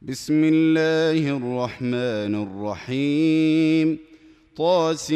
بسم الله الرحمن الرحيم. طاسيم.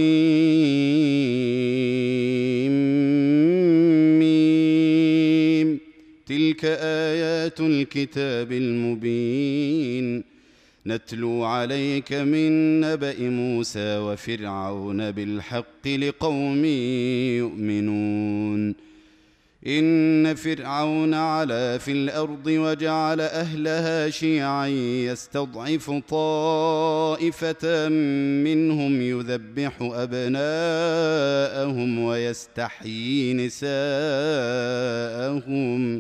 تلك آيات الكتاب المبين نتلو عليك من نبأ موسى وفرعون بالحق لقوم يؤمنون. إن فرعون علا في الأرض وجعل أهلها شيعا يستضعف طائفة منهم يذبح أبناءهم ويستحيي نساءهم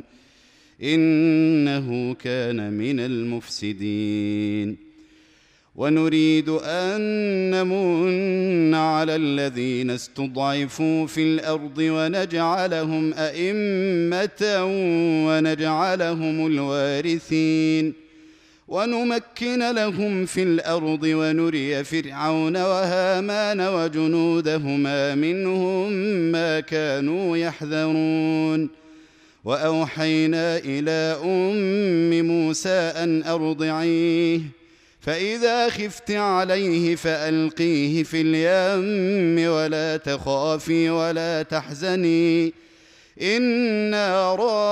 إنه كان من المفسدين. ونريد أن نمن على الذين استضعفوا في الأرض ونجعلهم أئمة ونجعلهم الوارثين ونمكن لهم في الأرض ونري فرعون وهامان وجنودهما منهم ما كانوا يحذرون. وأوحينا إلى أم موسى أن أرضعيه فإذا خفت عليه فألقيه في اليم ولا تخافي ولا تحزني إنا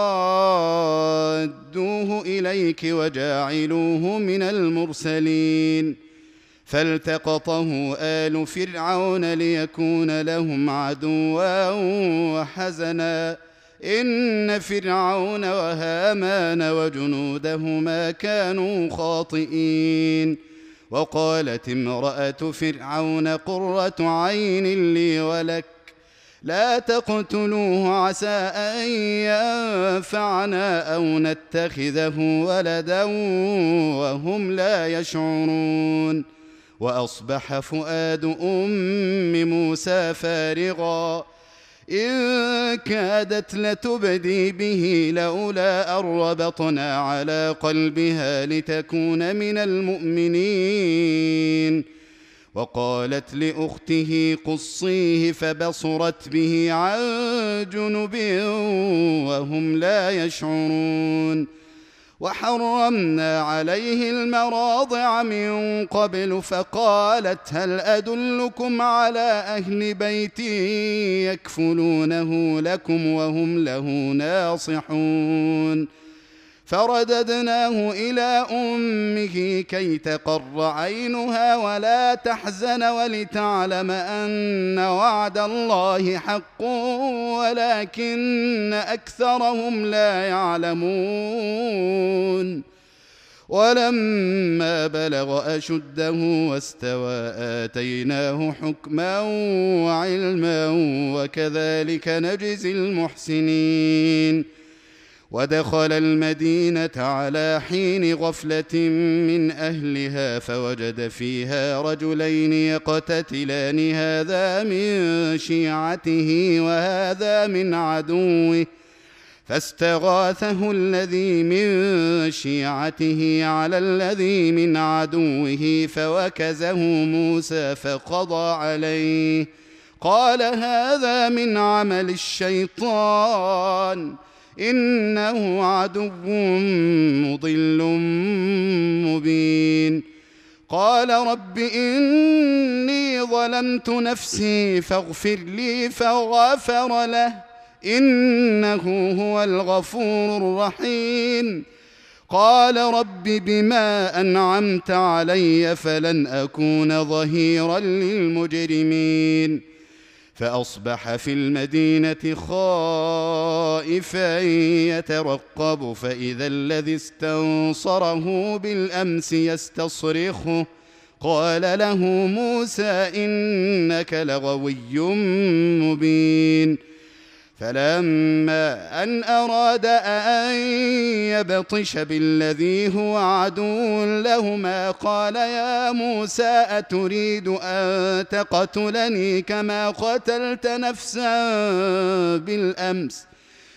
رادوه إليك وجاعلوه من المرسلين. فالتقطه آل فرعون ليكون لهم عدوا وحزنا إن فرعون وهامان وجنودهما كانوا خاطئين. وقالت امرأة فرعون قرة عين لي ولك لا تقتلوه عسى أن ينفعنا أو نتخذه ولدا وهم لا يشعرون. وأصبح فؤاد أم موسى فارغا إن كادت لتبدي به لولا أن ربطنا على قلبها لتكون من المؤمنين. وقالت لأخته قصيه فبصرت به عن جنب وهم لا يشعرون. وحرمنا عليه المراضع من قبل فقالت هل أدلكم على أهل بيت يكفلونه لكم وهم له ناصحون. فرددناه إلى أمه كي تقر عينها ولا تحزن ولتعلم أن وعد الله حق ولكن أكثرهم لا يعلمون. ولما بلغ أشده واستوى آتيناه حكما وعلما وكذلك نجزي المحسنين. ودخل المدينة على حين غفلة من أهلها فوجد فيها رجلين يقتتلان هذا من شيعته وهذا من عدوه فاستغاثه الذي من شيعته على الذي من عدوه فوكزه موسى فقضى عليه قال هذا من عمل الشيطان إنه عدو مضل مبين. قال رب إني ظلمت نفسي فاغفر لي فغفر له إنه هو الغفور الرحيم. قال رب بما أنعمت علي فلن أكون ظهيرا للمجرمين. فأصبح في المدينة خائفا يترقب فإذا الذي استنصره بالأمس يستصرخه قال له موسى إنك لغوي مبين. فلما أن أراد أن يبطش بالذي هو عدو لهما قال يا موسى أتريد أن تقتلني كما قتلت نفسا بالأمس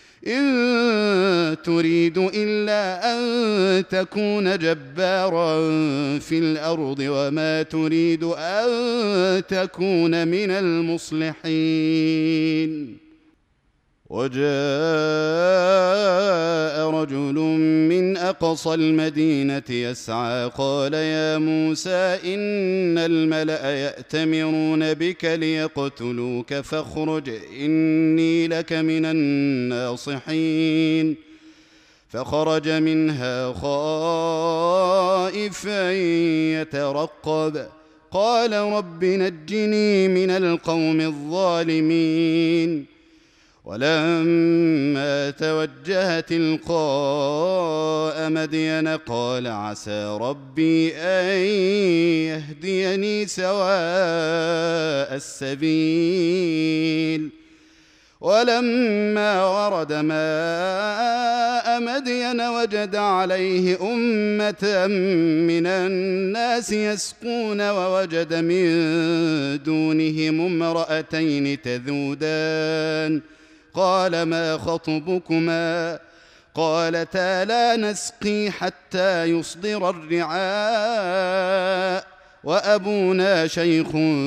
إن تريد إلا أن تكون جبارا في الأرض وما تريد أن تكون من المصلحين. وجاء رجل من أقصى المدينة يسعى قال يا موسى إن الملأ يأتمرون بك ليقتلوك فاخرج إني لك من الناصحين فخرج منها خائفا يترقب قال رب نجني من القوم الظالمين ولما توجه تلقاء مدين قال عسى ربي أن يهديني سواء السبيل ولما ورد ماء مدين وجد عليه أمة من الناس يسقون ووجد من دونهم امرأتين تذودان قال ما خطبكما قالتا لا نسقي حتى يصدر الرعاء وأبونا شيخ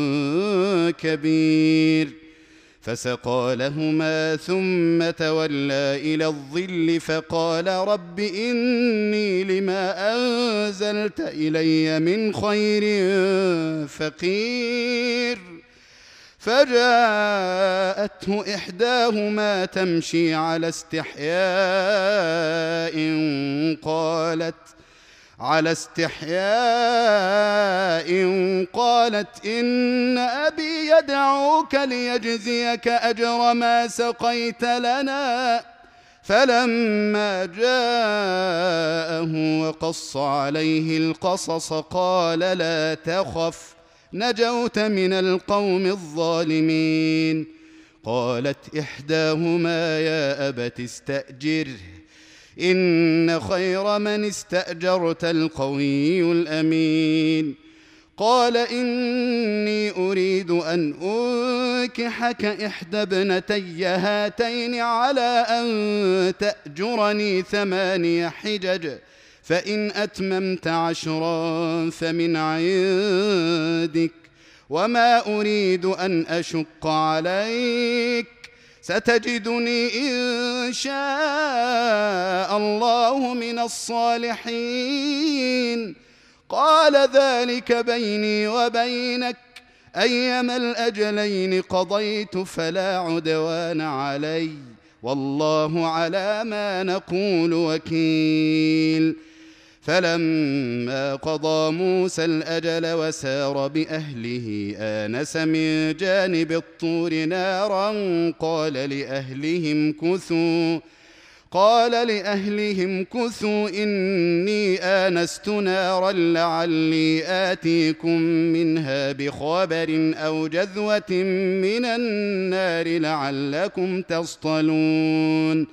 كبير فسقى لهما ثم تولى إلى الظل فقال رب إني لما أنزلت إلي من خير فقير فجاءته إحداهما تمشي على استحياء قالت إن أبي يدعوك ليجزيك أجر ما سقيت لنا فلما جاءه وقص عليه القصص قال لا تخف نجوت من القوم الظالمين قالت إحداهما يا أبت استأجره إن خير من استأجرت القوي الأمين قال إني أريد أن أنكحك إحدى ابنتي هاتين على أن تأجرني 8 حجج فإن أتممت 10 فمن عندك وما أريد أن أشق عليك ستجدني إن شاء الله من الصالحين قال ذلك بيني وبينك أيما الأجلين قضيت فلا عدوان علي والله على ما نقول وكيل فلما قضى موسى الأجل وسار بأهله آنس من جانب الطور نارا قال لأهلهم كثوا إني آنست نارا لعلي آتيكم منها بخبر أو جذوة من النار لعلكم تصطلون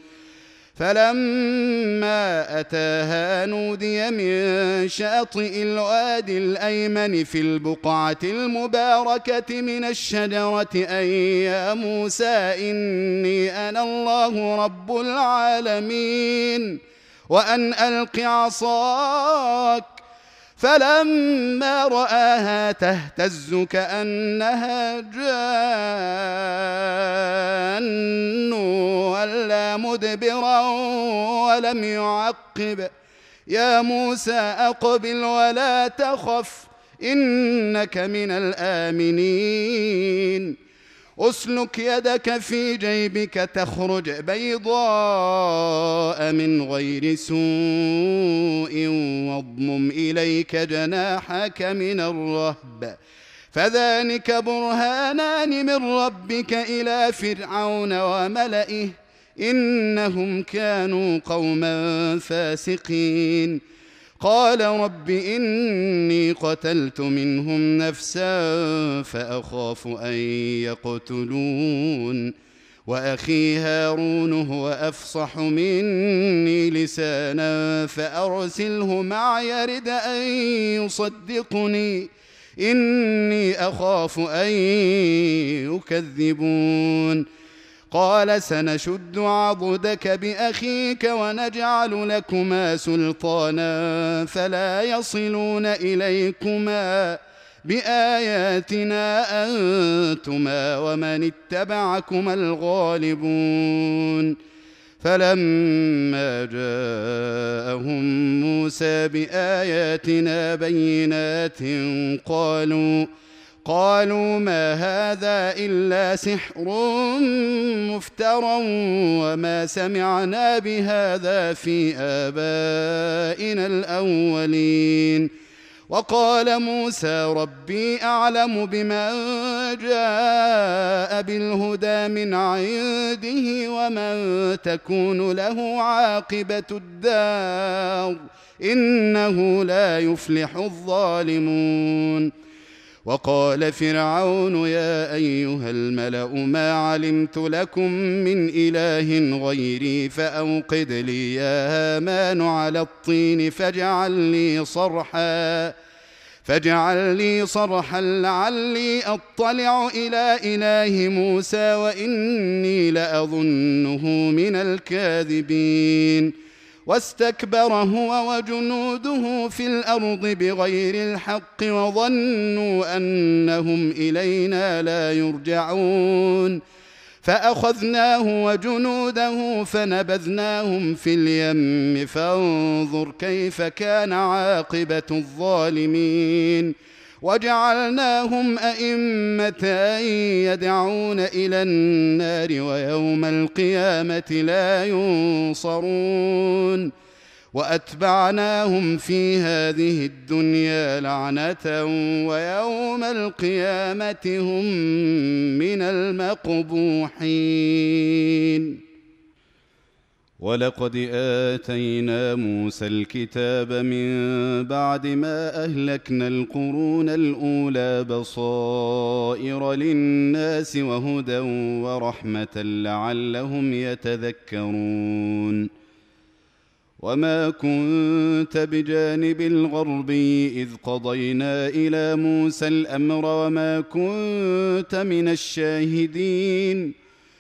فلما أتاها نودي من شاطئ الوادي الأيمن في البقعة المباركة من الشجرة أن يا موسى إني أنا الله رب العالمين وأن ألق عصاك فلما رآها تهتز كأنها جان ولا مدبرا ولم يعقب يا موسى أقبل ولا تخف إنك من الآمنين أسلك يدك في جيبك تخرج بيضاء من غير سوء واضمم إليك جناحك من الرهب فذلك برهانان من ربك إلى فرعون وملئه إنهم كانوا قوما فاسقين قال رب إني قتلت منهم نفسا فأخاف أن يقتلون وأخي هارون هو أفصح مني لسانا فأرسله معي يرد أن يصدقني إني أخاف أن يكذبون قال سنشد عضدك بأخيك ونجعل لكما سلطانا فلا يصلون إليكما بآياتنا أنتما ومن اتبعكما الغالبون فلما جاءهم موسى بآياتنا بينات قالوا ما هذا إلا سحر مفترى وما سمعنا بهذا في آبائنا الأولين وقال موسى ربي أعلم بمن جاء بالهدى من عنده ومن تكون له عاقبة الدار إنه لا يفلح الظالمون وقال فرعون يا أيها الملأ ما علمت لكم من إله غيري فأوقد لي يا هامان على الطين فاجعل لي صرحا لعلي أطلع إلى إله موسى وإني لأظنه من الكاذبين واستكبر هو وجنوده في الأرض بغير الحق وظنوا أنهم إلينا لا يرجعون فأخذناه وجنوده فنبذناهم في اليم فانظر كيف كان عاقبة الظالمين وجعلناهم أئمة يدعون إلى النار ويوم القيامة لا ينصرون وأتبعناهم في هذه الدنيا لعنة ويوم القيامة هم من المقبوحين ولقد آتينا موسى الكتاب من بعد ما أهلكنا القرون الأولى بصائر للناس وهدى ورحمة لعلهم يتذكرون وما كنت بجانب الغربي إذ قضينا إلى موسى الأمر وما كنت من الشاهدين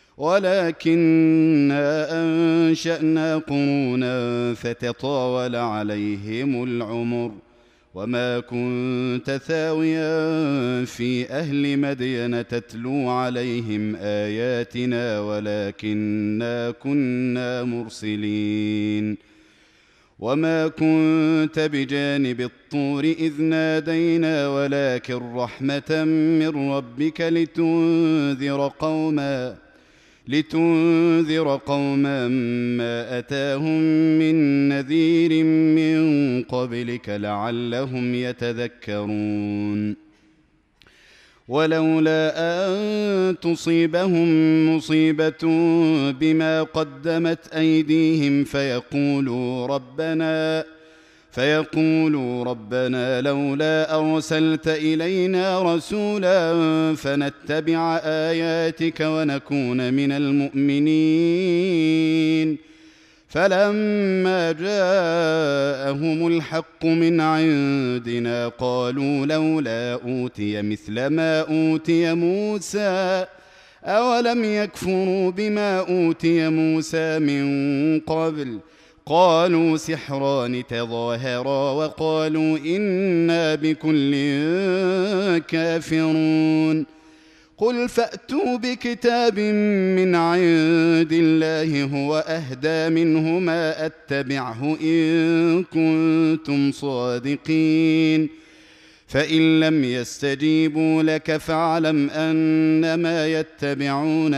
ولكننا أنشأنا قرونا فتطاول عليهم العمر وما كنت ثاويا في أهل مدين تتلو عليهم آياتنا ولكننا كنا مرسلين وما كنت بجانب الطور إذ نادينا ولكن رحمة من ربك لتنذر قوما ما أتاهم من نذير من قبلك لعلهم يتذكرون ولولا أن تصيبهم مصيبة بما قدمت أيديهم فيقولوا ربنا لولا أرسلت إلينا رسولا فنتبع آياتك ونكون من المؤمنين فلما جاءهم الحق من عندنا قالوا لولا أوتي مثل ما أوتي موسى أولم يكفروا بما أوتي موسى من قبل قالوا سحران تظاهرا وقالوا إنا بكل كافرون قل فأتوا بكتاب من عند الله هو أهدى منهما أتبعه إن كنتم صادقين فإن لم يستجيبوا لك فاعلم أنما يتبعون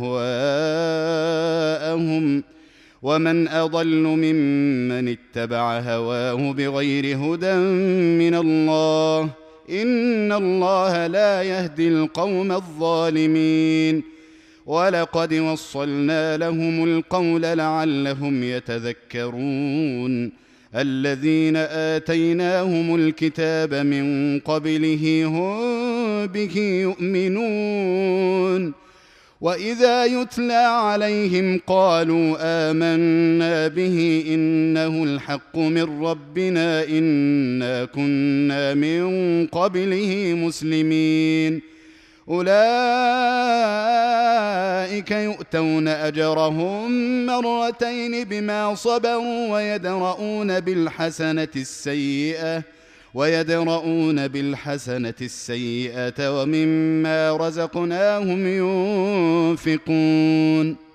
أهواءهم ومن أضل ممن اتبع هواه بغير هدى من الله إن الله لا يهدي القوم الظالمين ولقد وصلنا لهم القول لعلهم يتذكرون الذين آتيناهم الكتاب من قبله هم به يؤمنون وإذا يتلى عليهم قالوا آمنا به إنه الحق من ربنا إنا كنا من قبله مسلمين أولئك يؤتون أجرهم مرتين بما صبروا ويدرؤون بالحسنة السيئة ويدرؤون بالحسنة السيئة ومما رزقناهم ينفقون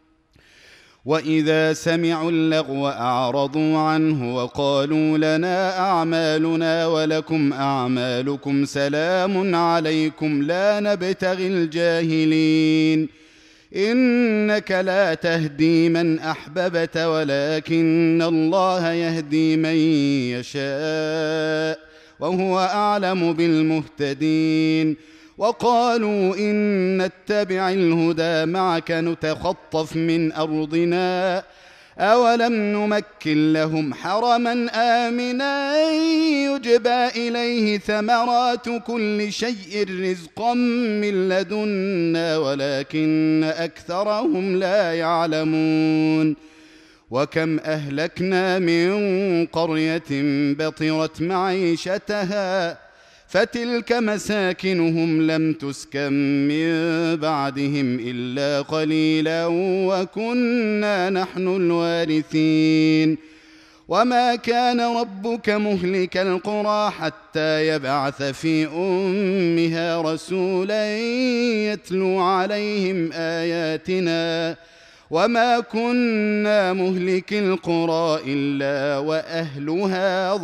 وإذا سمعوا اللغو أعرضوا عنه وقالوا لنا أعمالنا ولكم أعمالكم سلام عليكم لا نبتغي الجاهلين إنك لا تهدي من أحببت ولكن الله يهدي من يشاء وهو أعلم بالمهتدين وقالوا إن نتبع الهدى معك نتخطف من أرضنا أولم نمكن لهم حرما آمنا يجبى إليه ثمرات كل شيء رزقا من لدنا ولكن أكثرهم لا يعلمون وكم أهلكنا من قرية بطرت معيشتها فتلك مساكنهم لم تسكن من بعدهم إلا قليلا وكنا نحن الوارثين وما كان ربك مهلك القرى حتى يبعث في أمها رسولا يتلو عليهم آياتنا وما كنا مهلك القرى إلا وأهلها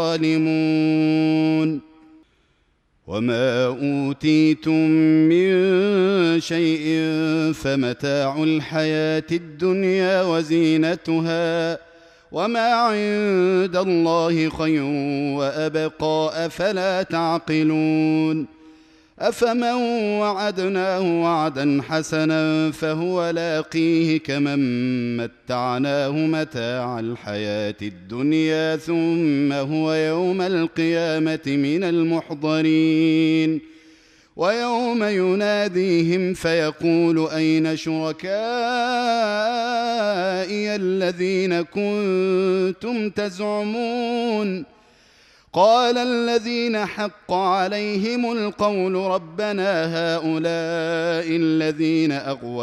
ظالمون وما أوتيتم من شيء فمتاع الحياة الدنيا وزينتها وما عند الله خير وأبقى أفلا تعقلون أفمن وعدناه وعدا حسنا فهو لاقيه كمن متعناه متاع الحياة الدنيا ثم هو يوم القيامة من المحضرين ويوم يناديهم فيقول أين شركائي الذين كنتم تزعمون قال الذين حق عليهم القول ربنا هؤلاء الذين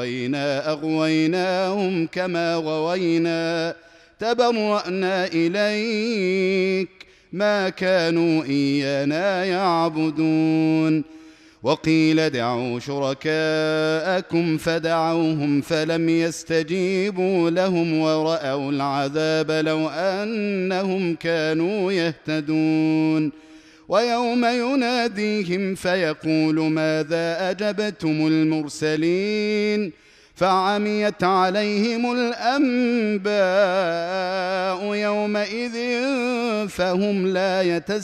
أغويناهم كما غوينا تبرأنا إليك ما كانوا إيانا يعبدون وقيل ادعوا شركاءكم فدعوهم فلم يستجيبوا لهم ورأوا العذاب لو أنهم كانوا يهتدون ويوم يناديهم فيقول ماذا أجبتم المرسلين فعميت عليهم الأنباء يومئذ فهم لا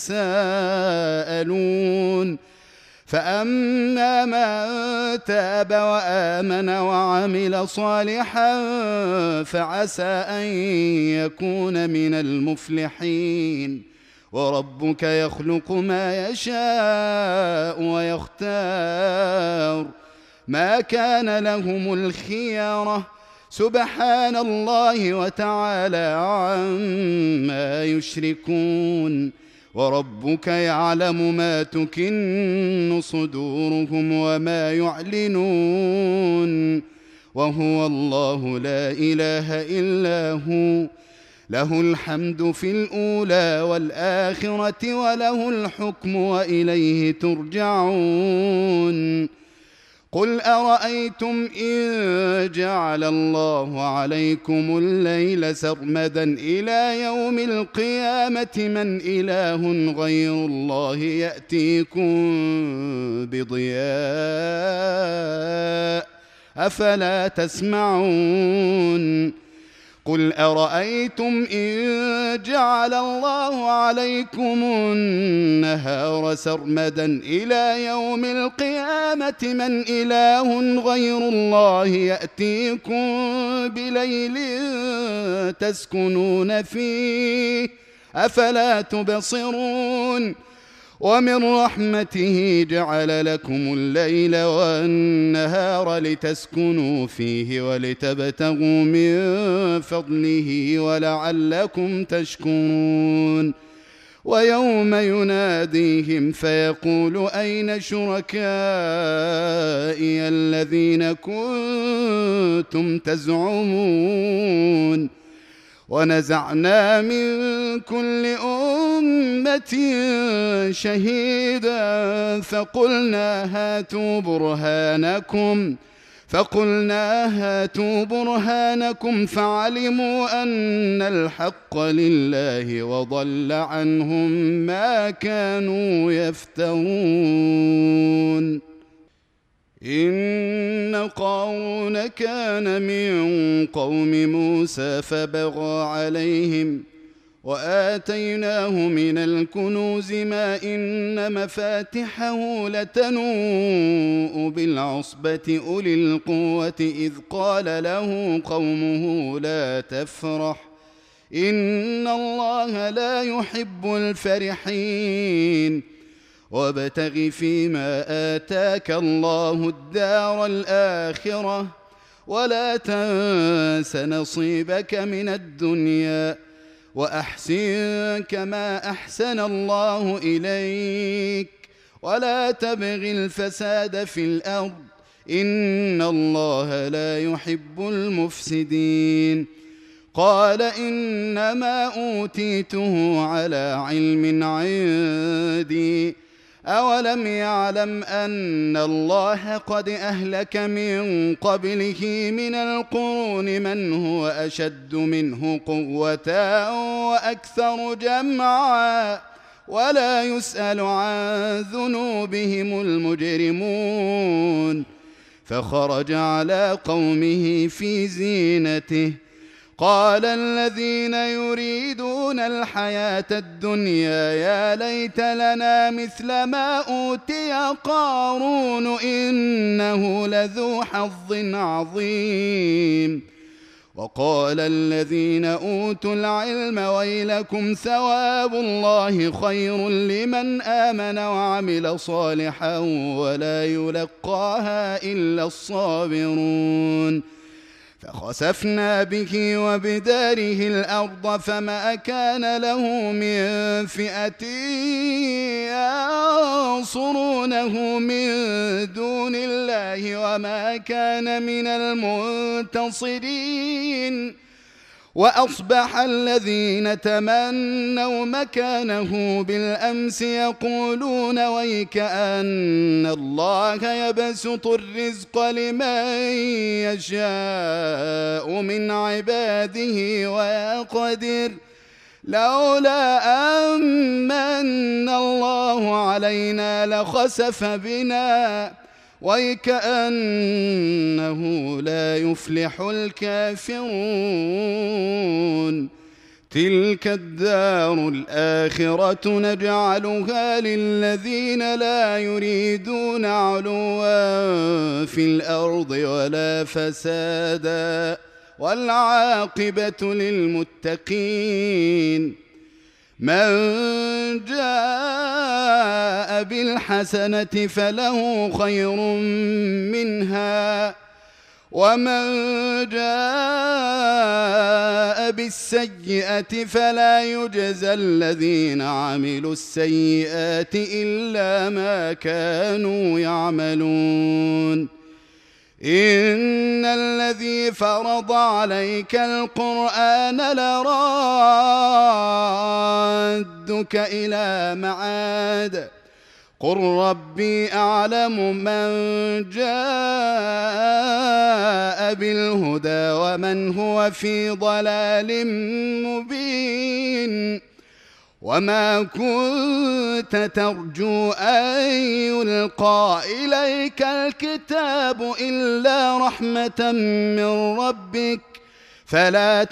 يتساءلون فأما من تاب وآمن وعمل صالحا فعسى أن يكون من المفلحين وربك يخلق ما يشاء ويختار ما كان لهم الخيرة سبحان الله وتعالى عما يشركون وربك يعلم ما تكن صدورهم وما يعلنون وهو الله لا إله إلا هو له الحمد في الأولى والآخرة وله الحكم وإليه ترجعون قل أرأيتم إن جعل الله عليكم الليل سرمدا إلى يوم القيامة من إله غير الله يأتيكم بضياء أفلا تسمعون قل أرأيتم إن جعل الله عليكم النهار سرمدا إلى يوم القيامة من إله غير الله يأتيكم بليل تسكنون فيه أفلا تبصرون ومن رحمته جعل لكم الليل والنهار لتسكنوا فيه ولتبتغوا من فضله ولعلكم تشكرون ويوم يناديهم فيقول أين شركائي الذين كنتم تزعمون ونزعنا من كل أمة قرية شهيدا فقلنا هاتوا برهانكم فعلموا أن الحق لله وضل عنهم ما كانوا يفترون. إن قارون كان من قوم موسى فبغى عليهم وآتيناه من الكنوز ما إن مفاتحه لتنوء بالعصبة أولي القوة إذ قال له قومه لا تفرح إن الله لا يحب الفرحين وابتغ فيما آتاك الله الدار الآخرة ولا تنس نصيبك من الدنيا وأحسن كما أحسن الله إليك ولا تبغ الفساد في الأرض إن الله لا يحب المفسدين. قال إنما أوتيته على علم عندي أولم يعلم أن الله قد أهلك من قبله من القرون من هو أشد منه قوة وأكثر جمعا ولا يسأل عن ذنوبهم المجرمون. فخرج على قومه في زينته قال الذين يريدون الحياة الدنيا يا ليت لنا مثل ما أوتي قارون إنه لذو حظ عظيم. وقال الذين أوتوا العلم ويلكم ثواب الله خير لمن آمن وعمل صالحا ولا يلقاها إلا الصابرون. فخسفنا به وبداره الأرض فما كان له من فئة ينصرونه من دون الله وما كان من المنتصرين. وأصبح الذين تمنوا مكانه بالأمس يقولون ويك أن الله يبسط الرزق لمن يشاء من عباده ويقدر لولا أمن الله علينا لخسف بنا ويكأنه لا يفلح الكافرون. تلك الدار الآخرة نجعلها للذين لا يريدون علوا في الأرض ولا فسادا والعاقبة للمتقين. من جاء بالحسنة فله خير منها ومن جاء بالسيئة فلا يجزى الذين عملوا السيئات إلا ما كانوا يعملون. إن الذي فرض عليك القرآن لرادك إلى معاد قل ربي أعلم من جاء بالهدى ومن هو في ضلال مبين. وما كنت ترجو أن يلقى إليك الكتاب إلا رحمة من ربك فلا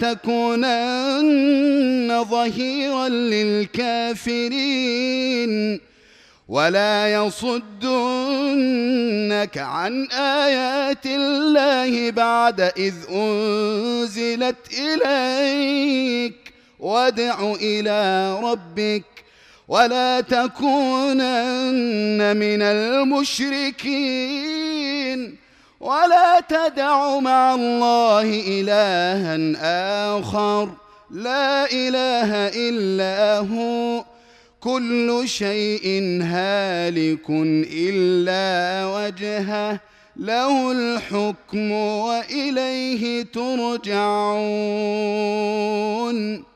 تكونن ظهيرا للكافرين ولا يصدنك عن آيات الله بعد إذ أنزلت إليك وادع إلى ربك ولا تكونن من المشركين ولا تدع مع الله إلها آخر لا إله إلا هو كل شيء هالك إلا وجهه له الحكم وإليه ترجعون.